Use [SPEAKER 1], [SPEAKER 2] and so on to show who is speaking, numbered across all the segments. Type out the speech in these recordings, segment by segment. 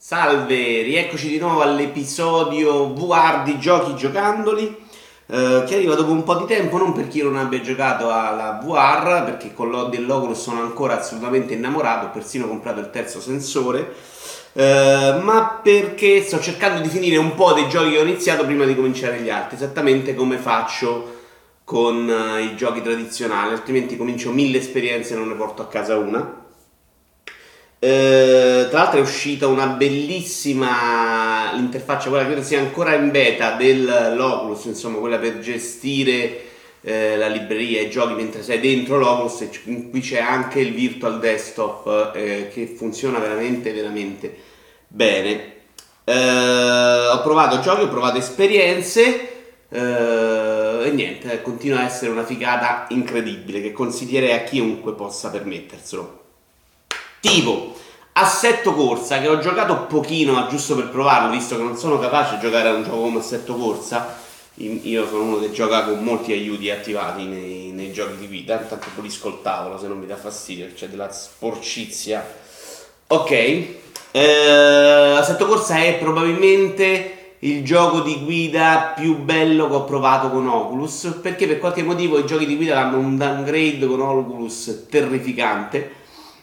[SPEAKER 1] Salve, rieccoci di nuovo all'episodio VR di Giochi Giocandoli, che arriva dopo un po' di tempo, non per chi non abbia giocato alla VR, perché con dell'Oculus sono ancora assolutamente innamorato, ho persino comprato il terzo sensore, ma perché sto cercando di finire un po' dei giochi che ho iniziato prima di cominciare gli altri, esattamente come faccio con i giochi tradizionali, altrimenti comincio 1000 esperienze e non ne porto a casa una. Tra l'altro è uscita una bellissima interfaccia, quella che credo sia ancora in beta dell'Oculus, insomma quella per gestire la libreria e i giochi mentre sei dentro l'Oculus, e in cui c'è anche il virtual desktop che funziona veramente veramente bene. Ho provato giochi, ho provato esperienze e niente, continua a essere una figata incredibile che consiglierei a chiunque possa permetterselo. Tipo Assetto Corsa, che ho giocato pochino, ma giusto per provarlo, visto che non sono capace di giocare a un gioco come Assetto Corsa. Io sono uno che gioca con molti aiuti attivati nei giochi di guida, intanto pulisco il tavolo se non mi dà fastidio, c'è della sporcizia. Ok, Assetto Corsa è probabilmente il gioco di guida più bello che ho provato con Oculus, perché per qualche motivo i giochi di guida hanno un downgrade con Oculus terrificante.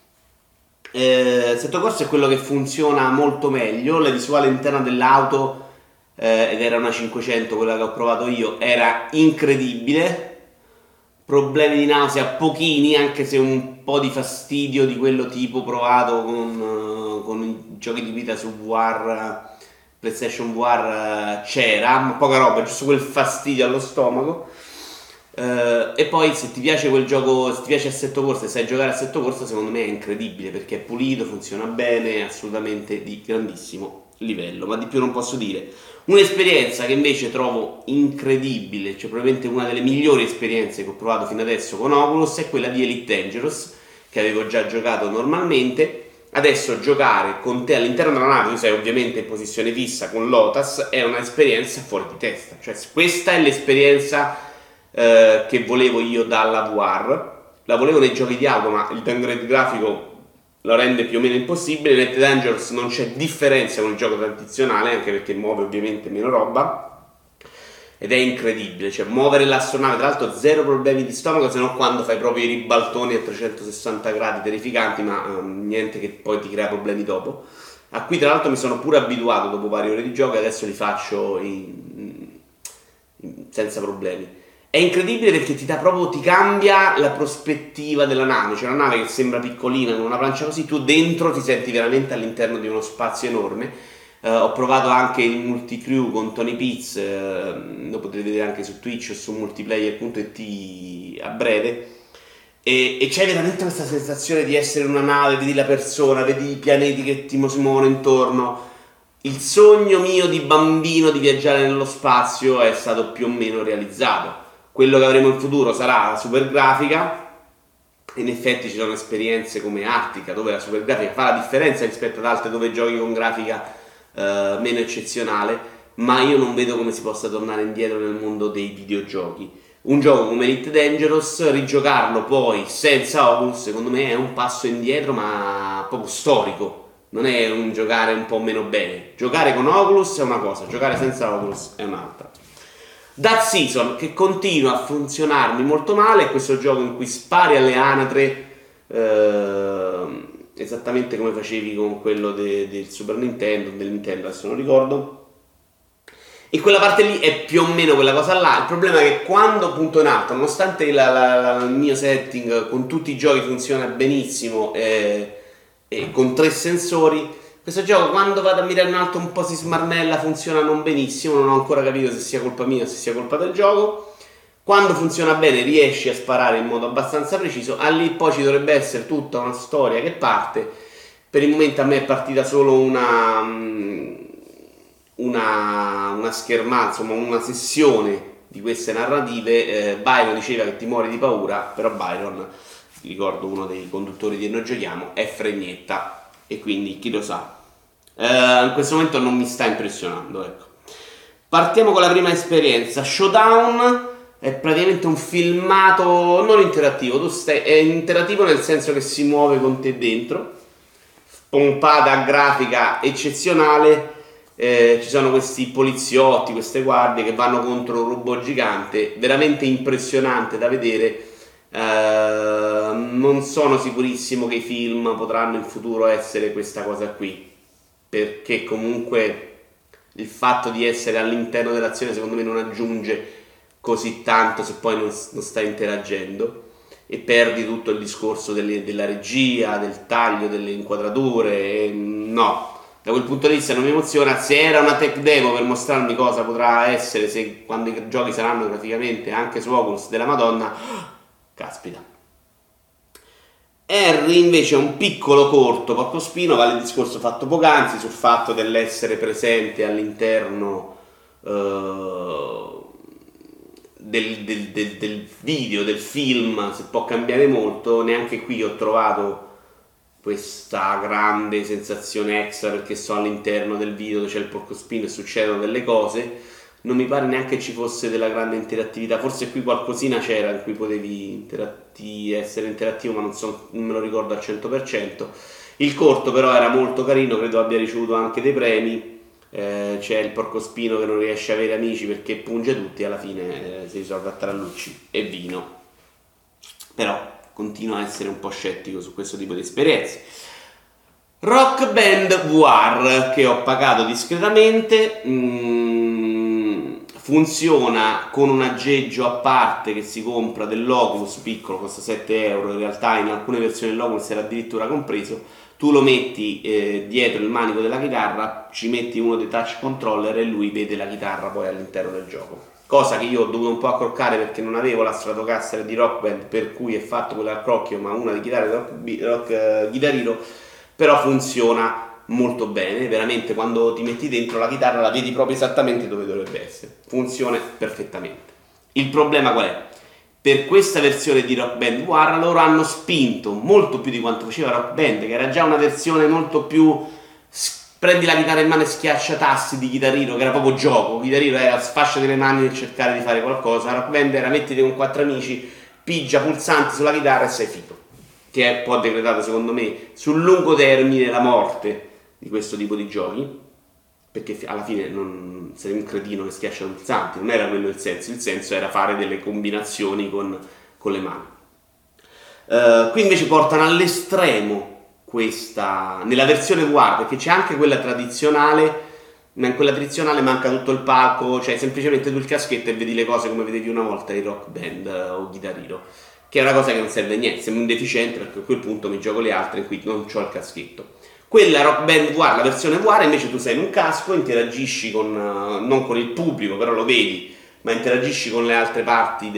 [SPEAKER 1] Assetto Corsa è quello che funziona molto meglio, la visuale interna dell'auto, ed era una 500 quella che ho provato io, era incredibile. Problemi di nausea pochini, anche se un po' di fastidio di quello tipo provato con i giochi di guida su VR, PlayStation VR, c'era, ma poca roba, giusto quel fastidio allo stomaco. E poi se ti piace quel gioco, se ti piace Assetto Corsa e sai giocare a Assetto Corsa, secondo me è incredibile perché è pulito, funziona bene, è assolutamente di grandissimo livello, ma di più non posso dire. Un'esperienza che invece trovo incredibile, cioè probabilmente una delle migliori esperienze che ho provato fino adesso con Oculus, è quella di Elite Dangerous, che avevo già giocato normalmente. Adesso giocare con te all'interno della nave, tu sei ovviamente in posizione fissa con Lotus, è un'esperienza fuori di testa, cioè questa è l'esperienza che volevo io dalla VR. La volevo nei giochi di auto, ma il downgrade grafico lo rende più o meno impossibile. In Elite Dangerous non c'è differenza con il gioco tradizionale, anche perché muove ovviamente meno roba, ed è incredibile, cioè muovere l'astronave, tra l'altro zero problemi di stomaco, se no quando fai proprio i ribaltoni a 360 gradi terrificanti, ma niente che poi ti crea problemi dopo. A cui tra l'altro mi sono pure abituato dopo varie ore di gioco e adesso li faccio senza problemi. È incredibile perché ti cambia la prospettiva della nave, cioè una nave che sembra piccolina con una plancia così, tu dentro ti senti veramente all'interno di uno spazio enorme. Ho provato anche il multicrew con Tony Piz, lo potrete vedere anche su Twitch o su multiplayer.it a breve, e c'è veramente questa sensazione di essere in una nave, vedi la persona, vedi i pianeti che ti si muovono intorno. Il sogno mio di bambino di viaggiare nello spazio è stato più o meno realizzato. Quello che avremo in futuro sarà la super grafica. In effetti ci sono esperienze come Artica dove la super grafica fa la differenza rispetto ad altre dove giochi con grafica meno eccezionale, ma io non vedo come si possa tornare indietro nel mondo dei videogiochi. Un gioco come Elite Dangerous, rigiocarlo poi senza Oculus, secondo me è un passo indietro, ma proprio storico. Non è un giocare un po' meno bene. Giocare con Oculus è una cosa, giocare senza Oculus è un'altra. That Season, che continua a funzionarmi molto male, è questo gioco in cui spari alle anatre, esattamente come facevi con quello del Super Nintendo, del Nintendo, adesso non ricordo. E quella parte lì è più o meno quella cosa là. Il problema è che quando punto in alto, nonostante il mio setting con tutti i giochi funziona benissimo e con 3 sensori, questo gioco quando vado a mirare in alto un po' si smarmella, funziona non benissimo, non ho ancora capito se sia colpa mia o se sia colpa del gioco. Quando funziona bene riesci a sparare in modo abbastanza preciso, lì poi ci dovrebbe essere tutta una storia che parte. Per il momento a me è partita solo una schermata, insomma una sessione di queste narrative. Byron diceva che ti muori di paura, però Byron, ricordo uno dei conduttori di Noi Giochiamo, è fregnetta e quindi chi lo sa. In questo momento non mi sta impressionando, ecco. Partiamo con la prima esperienza. Showdown è praticamente un filmato non interattivo, è interattivo nel senso che si muove con te dentro, pompata grafica eccezionale. Ci sono questi poliziotti, queste guardie che vanno contro un robot gigante, veramente impressionante da vedere. Non sono sicurissimo che i film potranno in futuro essere questa cosa qui, perché comunque il fatto di essere all'interno dell'azione secondo me non aggiunge così tanto se poi non stai interagendo, e perdi tutto il discorso della regia, del taglio, delle inquadrature. No, da quel punto di vista non mi emoziona. Se era una tech demo per mostrarmi cosa potrà essere se quando i giochi saranno praticamente anche su Oculus della Madonna, caspita. Harry invece è un piccolo corto porcospino, vale il discorso fatto poc'anzi sul fatto dell'essere presente all'interno del video, del film. Se può cambiare molto, neanche qui ho trovato questa grande sensazione extra perché so all'interno del video c'è il porcospino e succedono delle cose. Non mi pare neanche ci fosse della grande interattività, forse qui qualcosina c'era in cui potevi essere interattivo, ma non me lo ricordo al 100%. Il corto però era molto carino, credo abbia ricevuto anche dei premi. C'è il porcospino che non riesce a avere amici perché punge tutti, alla fine si risolve a tarallucci e vino. Però continuo a essere un po' scettico su questo tipo di esperienze. Rock Band VR, che ho pagato discretamente, funziona con un aggeggio a parte che si compra dell'Oculus, piccolo, costa 7 euro, in realtà in alcune versioni dell'Oculus era addirittura compreso. Tu lo metti dietro il manico della chitarra, ci metti uno dei touch controller e lui vede la chitarra poi all'interno del gioco. Cosa che io ho dovuto un po' accroccare perché non avevo la Stratocaster di Rock Band, per cui è fatto quell'accrocchio, ma una di chitarra rock Guitar Hero, però funziona molto bene, veramente quando ti metti dentro la chitarra la vedi proprio esattamente dove dovrebbe essere, funziona perfettamente. Il problema qual è? Per questa versione di Rock Band VR loro hanno spinto molto più di quanto faceva Rock Band, che era già una versione molto più prendi la chitarra in mano e schiaccia tasti di Guitar Hero, che era proprio gioco. Guitar Hero era sfasciati le mani nel cercare di fare qualcosa, Rock Band era mettiti con 4 amici, pigia pulsanti sulla chitarra e sei figo, che è un po' decretato secondo me sul lungo termine la morte di questo tipo di giochi, perché alla fine non sei un cretino che schiaccia pulsanti, non era quello il senso era fare delle combinazioni con le mani. Qui invece portano all'estremo questa, nella versione VR, perché c'è anche quella tradizionale, ma in quella tradizionale manca tutto il palco, cioè semplicemente tu il caschetto e vedi le cose come vedevi una volta in Rock Band o Guitar Hero, che è una cosa che non serve a niente, sembra un deficiente perché a quel punto mi gioco le altre in cui non c'ho il caschetto. Quella Rock Band VR, la versione VR, invece tu sei in un casco, interagisci con, non con il pubblico, però lo vedi, ma interagisci con le altre parti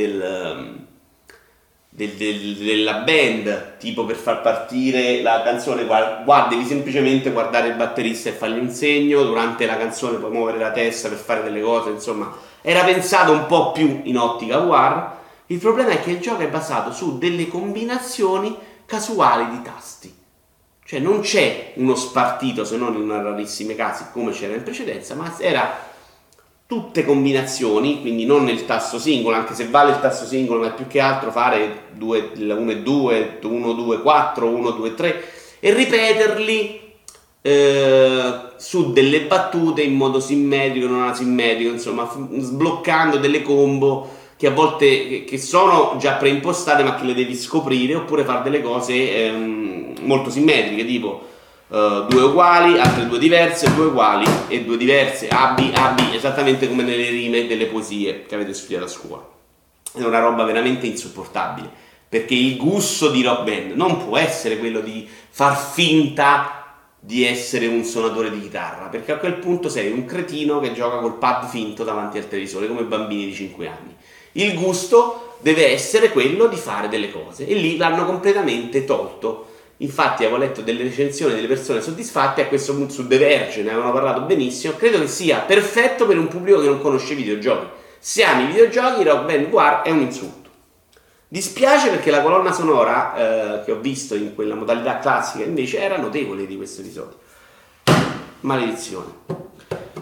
[SPEAKER 1] della band, tipo per far partire la canzone, devi semplicemente guardare il batterista e fargli un segno, durante la canzone puoi muovere la testa per fare delle cose, insomma, era pensato un po' più in ottica VR. Il problema è che il gioco è basato su delle combinazioni casuali di tasti. Cioè non c'è uno spartito, se non in rarissimi casi come c'era in precedenza, ma era tutte combinazioni, quindi non nel tasto singolo, anche se vale il tasto singolo, ma è più che altro fare 1 e 2, 1, 2, 4, 1, 2, 3 e ripeterli su delle battute in modo simmetrico, non asimmetrico, insomma sbloccando delle combo che a volte che sono già preimpostate ma che le devi scoprire, oppure fare delle cose molto simmetriche, tipo 2 uguali, altre 2 diverse, 2 uguali e 2 diverse, A, B, esattamente come nelle rime delle poesie che avete studiato a scuola. È una roba veramente insopportabile, perché il gusto di Rock Band non può essere quello di far finta di essere un suonatore di chitarra, perché a quel punto sei un cretino che gioca col pad finto davanti al televisore come bambini di 5 anni. Il gusto deve essere quello di fare delle cose e lì l'hanno completamente tolto. Infatti avevo letto delle recensioni delle persone soddisfatte, a questo punto su The Verge ne avevano parlato benissimo. Credo che sia perfetto per un pubblico che non conosce i videogiochi. Se ami i videogiochi, Rock Band VR è un insulto. Dispiace perché la colonna sonora che ho visto in quella modalità classica invece era notevole di questo episodio. Maledizione.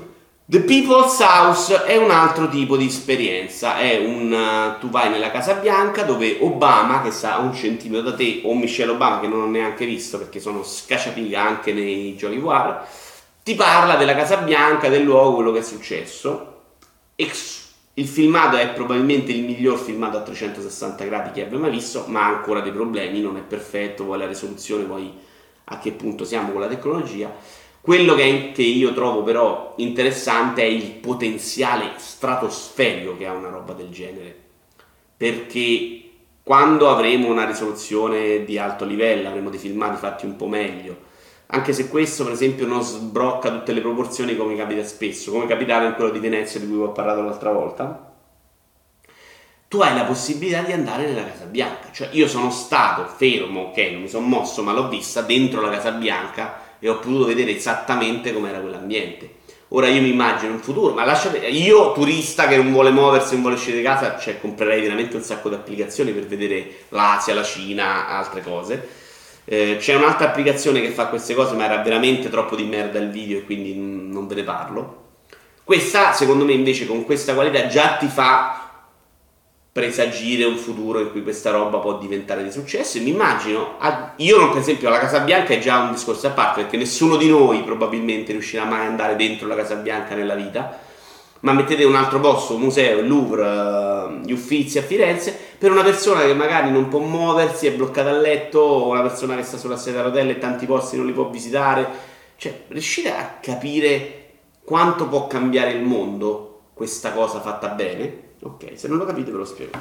[SPEAKER 1] The People's House è un altro tipo di esperienza, tu vai nella Casa Bianca dove Obama, che sta a un centimetro da te, o Michelle Obama, che non ho neanche visto perché sono scacciapiga anche nei giochi war, ti parla della Casa Bianca, del luogo, quello che è successo. Il filmato è probabilmente il miglior filmato a 360 gradi che abbia mai visto, ma ha ancora dei problemi, non è perfetto, poi la risoluzione, poi a che punto siamo con la tecnologia. Quello che io trovo però interessante è il potenziale stratosferico che ha una roba del genere, perché quando avremo una risoluzione di alto livello, avremo dei filmati fatti un po' meglio, anche se questo per esempio non sbrocca tutte le proporzioni come capita spesso, come capitava in quello di Venezia di cui ho parlato l'altra volta, tu hai la possibilità di andare nella Casa Bianca. Cioè io sono stato fermo, ok, non mi sono mosso, ma l'ho vista dentro la Casa Bianca e ho potuto vedere esattamente com'era quell'ambiente. Ora io mi immagino un futuro, ma lasciate, io turista che non vuole muoversi, non vuole uscire di casa, cioè comprerei veramente un sacco di applicazioni per vedere l'Asia, la Cina, altre cose. C'è un'altra applicazione che fa queste cose, ma era veramente troppo di merda il video e quindi non ve ne parlo. Questa, secondo me, invece, con questa qualità già ti fa presagire un futuro in cui questa roba può diventare di successo. E mi immagino, io per esempio la Casa Bianca è già un discorso a parte, perché nessuno di noi probabilmente riuscirà mai ad andare dentro la Casa Bianca nella vita, ma mettete un altro posto, un museo, il Louvre, gli Uffizi a Firenze, per una persona che magari non può muoversi, è bloccata a letto, o una persona che sta sulla sedia a rotelle e tanti posti non li può visitare. Cioè, riuscite a capire quanto può cambiare il mondo questa cosa fatta bene? Ok, se non lo capite ve lo spiego.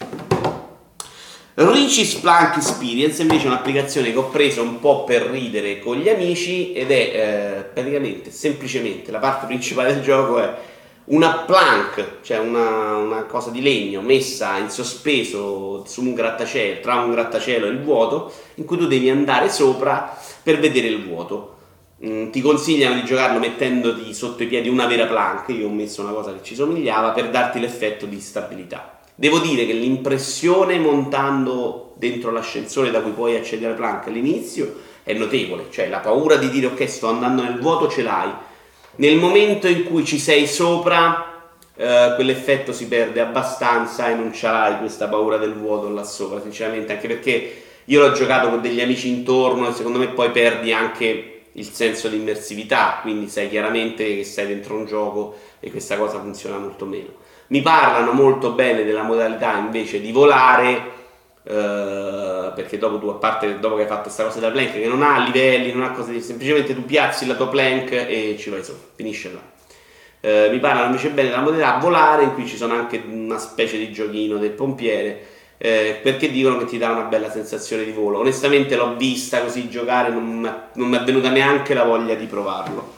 [SPEAKER 1] Richie's Plank Experience invece è un'applicazione che ho preso un po' per ridere con gli amici ed è praticamente, semplicemente, la parte principale del gioco è una plank, cioè una cosa di legno messa in sospeso su un grattacielo, tra un grattacielo e il vuoto, in cui tu devi andare sopra per vedere il vuoto. Ti consigliano di giocarlo mettendoti sotto i piedi una vera plank, io ho messo una cosa che ci somigliava per darti l'effetto di stabilità. Devo dire che l'impressione montando dentro l'ascensore da cui puoi accedere alla plank all'inizio è notevole, cioè la paura di dire ok sto andando nel vuoto ce l'hai. Nel momento in cui ci sei sopra quell'effetto si perde abbastanza e non c'hai questa paura del vuoto là sopra, sinceramente, anche perché io l'ho giocato con degli amici intorno e secondo me poi perdi anche il senso di immersività, quindi sai chiaramente che sei dentro un gioco e questa cosa funziona molto meno. Mi parlano molto bene della modalità invece di volare, perché dopo tu, a parte dopo che hai fatto questa cosa della plank che non ha livelli, non ha cose, semplicemente tu piazzi la tua plank e ci vai sopra, finisce là. Mi parlano invece bene della modalità volare, in cui ci sono anche una specie di giochino del pompiere, perché dicono che ti dà una bella sensazione di volo. Onestamente l'ho vista così giocare, non mi è venuta neanche la voglia di provarlo.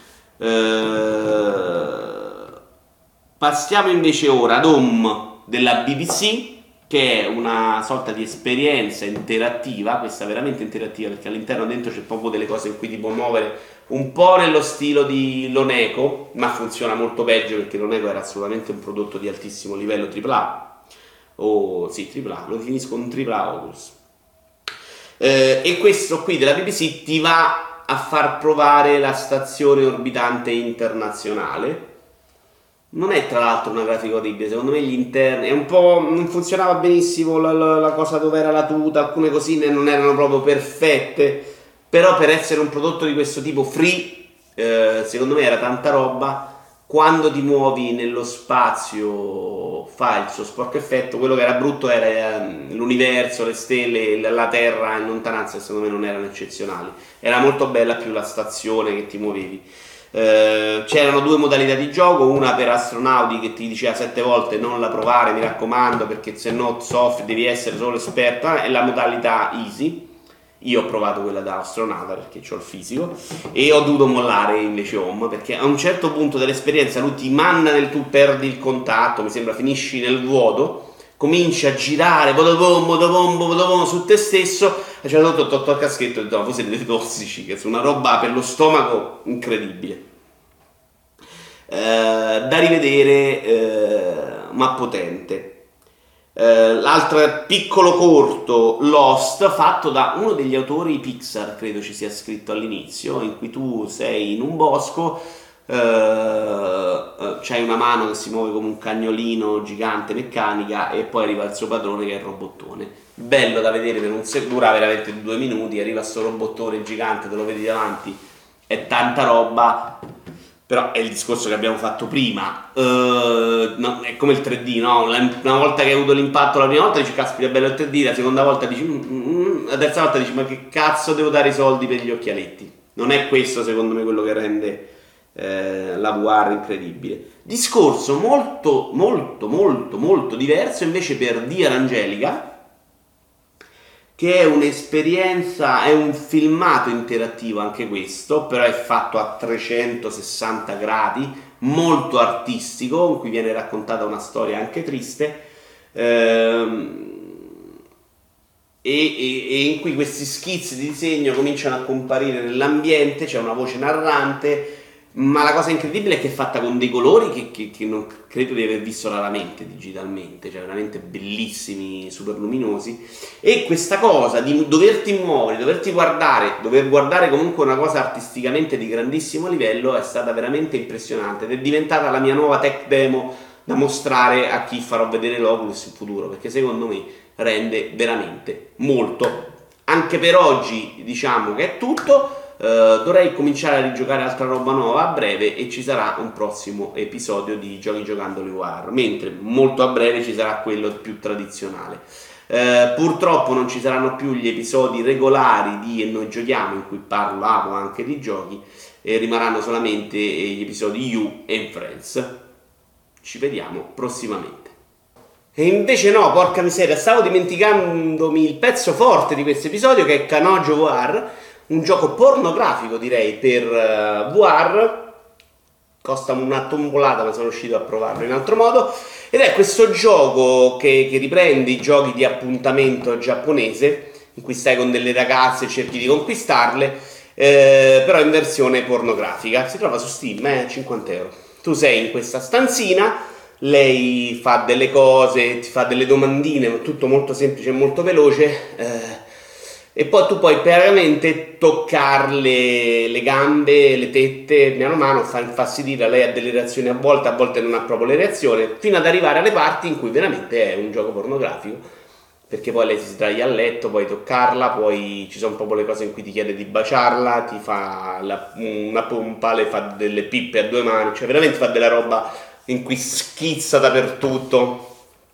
[SPEAKER 1] Passiamo invece ora ad Home della BBC, che è una sorta di esperienza interattiva, questa veramente interattiva perché all'interno dentro c'è proprio delle cose in cui ti può muovere un po' nello stile di Loneco, ma funziona molto peggio perché Loneco era assolutamente un prodotto di altissimo livello AAA. Sì, AAA, lo definisco un AAA Oculus. E questo qui della BBC ti va a far provare la stazione orbitante internazionale. Non è tra l'altro una grafica orribile, secondo me gli interni è un po', non funzionava benissimo la cosa dove era la tuta, alcune cosine non erano proprio perfette, però per essere un prodotto di questo tipo free, secondo me era tanta roba. Quando ti muovi nello spazio fa il suo sporco effetto. Quello che era brutto era l'universo, le stelle, la terra in lontananza, secondo me non erano eccezionali. Era molto bella più la stazione che ti muovevi. C'erano due modalità di gioco, una per astronauti che ti diceva 7 volte non la provare, mi raccomando, perché se no soffri, devi essere solo esperto, e la modalità easy. Io ho provato quella da astronauta perché ho il fisico e ho dovuto mollare invece Home, perché a un certo punto dell'esperienza lui ti manda tu perdi il contatto, mi sembra, finisci nel vuoto, cominci a girare vodopombo su te stesso, e c'è tutto tolto al caschetto e ho detto no, voi siete dei tossici, che è una roba per lo stomaco incredibile, da rivedere, ma potente. L'altro piccolo corto, Lost, fatto da uno degli autori Pixar, credo ci sia scritto all'inizio, in cui tu sei in un bosco, c'hai una mano che si muove come un cagnolino gigante meccanica e poi arriva il suo padrone che è il robottone. Bello da vedere, per un dura veramente 2 minuti, arriva sto robottone gigante, te lo vedi davanti, è tanta roba. Però è il discorso che abbiamo fatto prima, no, è come il 3D, no? Una volta che hai avuto l'impatto la prima volta dici caspita è bello il 3D, la seconda volta dici la terza volta dici ma che cazzo devo dare i soldi per gli occhialetti. Non è questo secondo me quello che rende la VR incredibile. Discorso molto molto molto molto diverso invece per Dear Angelica, che è un'esperienza, è un filmato interattivo anche questo, però è fatto a 360 gradi, molto artistico, in cui viene raccontata una storia anche triste, e in cui questi schizzi di disegno cominciano a comparire nell'ambiente, c'è una voce narrante, ma la cosa incredibile è che è fatta con dei colori che non credo di aver visto raramente digitalmente, cioè veramente bellissimi, super luminosi, e questa cosa di doverti muovere, dover guardare comunque una cosa artisticamente di grandissimo livello è stata veramente impressionante ed è diventata la mia nuova tech demo da mostrare a chi farò vedere l'Oculus in futuro, perché secondo me rende veramente molto. Anche per oggi diciamo che è tutto. Dovrei cominciare a rigiocare altra roba nuova a breve e ci sarà un prossimo episodio di Giochi Giocandoli VR, mentre molto a breve ci sarà quello più tradizionale. Purtroppo non ci saranno più gli episodi regolari di E Noi Giochiamo, in cui parlavo anche di giochi, e rimarranno solamente gli episodi You and Friends. Ci vediamo prossimamente. E invece no, porca miseria, stavo dimenticandomi il pezzo forte di questo episodio, che è Kanojo VR, un gioco pornografico direi per VR, costa una tombolata ma sono riuscito a provarlo in altro modo, ed è questo gioco che riprende i giochi di appuntamento giapponese, in cui stai con delle ragazze e cerchi di conquistarle, però in versione pornografica. Si trova su Steam, 50 euro. Tu sei in questa stanzina, lei fa delle cose, ti fa delle domandine, tutto molto semplice e molto veloce, e poi tu puoi veramente toccarle le gambe, le tette, piano mano, fa infastidire, lei ha delle reazioni a volte non ha proprio le reazioni, fino ad arrivare alle parti in cui veramente è un gioco pornografico, perché poi lei si sdraia a letto, puoi toccarla, poi ci sono proprio le cose in cui ti chiede di baciarla, ti fa una pompa, le fa delle pippe a 2 mani, cioè veramente fa della roba in cui schizza dappertutto,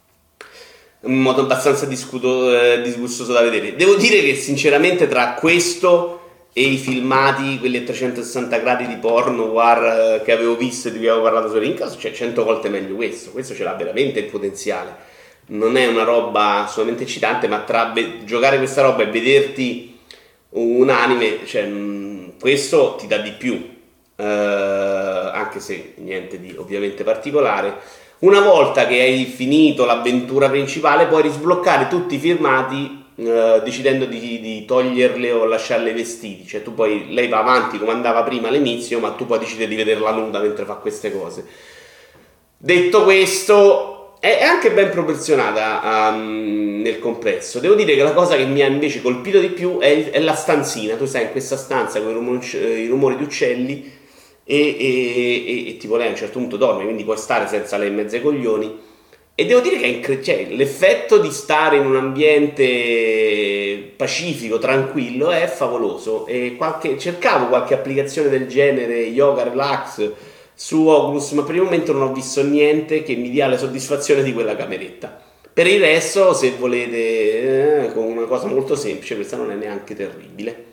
[SPEAKER 1] in modo abbastanza disgustoso da vedere. Devo dire che sinceramente tra questo e i filmati, quelli a 360 gradi di porno war che avevo visto e di cui avevo parlato su Rincas, c'è 100 volte meglio questo ce l'ha veramente il potenziale. Non è una roba assolutamente eccitante, ma tra giocare questa roba e vederti un anime, cioè, questo ti dà di più, anche se niente di ovviamente particolare. Una volta che hai finito l'avventura principale puoi risbloccare tutti i filmati decidendo di toglierle o lasciarle i vestiti, cioè tu poi, lei va avanti come andava prima all'inizio, ma tu poi decidi di vederla nuda mentre fa queste cose. Detto questo, è anche ben proporzionata nel complesso. Devo dire che la cosa che mi ha invece colpito di più è la stanzina. Tu stai in questa stanza con i rumori di uccelli e tipo lei a un certo punto dorme, quindi puoi stare senza lei in mezzo ai coglioni, e devo dire che cioè, l'effetto di stare in un ambiente pacifico, tranquillo, è favoloso. E cercavo qualche applicazione del genere, yoga, relax, su Oculus, ma per il momento non ho visto niente che mi dia la soddisfazione di quella cameretta. Per il resto, se volete, con una cosa molto semplice, questa non è neanche terribile.